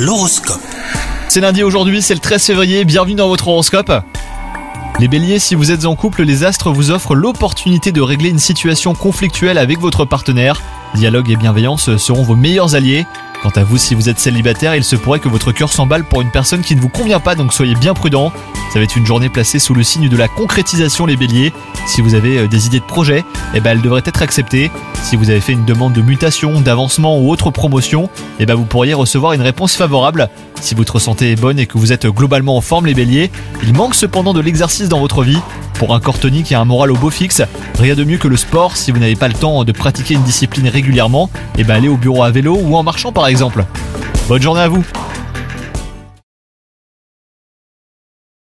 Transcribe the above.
L'horoscope. C'est lundi aujourd'hui, c'est le 13 février, bienvenue dans votre horoscope. Les béliers, si vous êtes en couple, les astres vous offrent l'opportunité de régler une situation conflictuelle avec votre partenaire. Dialogue et bienveillance seront vos meilleurs alliés. Quant à vous, si vous êtes célibataire, il se pourrait que votre cœur s'emballe pour une personne qui ne vous convient pas, donc soyez bien prudent. Ça va être une journée placée sous le signe de la concrétisation, les béliers. Si vous avez des idées de projet, elles devraient être acceptées. Si vous avez fait une demande de mutation, d'avancement ou autre promotion, vous pourriez recevoir une réponse favorable. Si votre santé est bonne et que vous êtes globalement en forme, les béliers, il manque cependant de l'exercice dans votre vie. Pour un corps tonique et un moral au beau fixe, rien de mieux que le sport. Si vous n'avez pas le temps de pratiquer une discipline régulièrement, allez au bureau à vélo ou en marchant par exemple. Bonne journée à vous.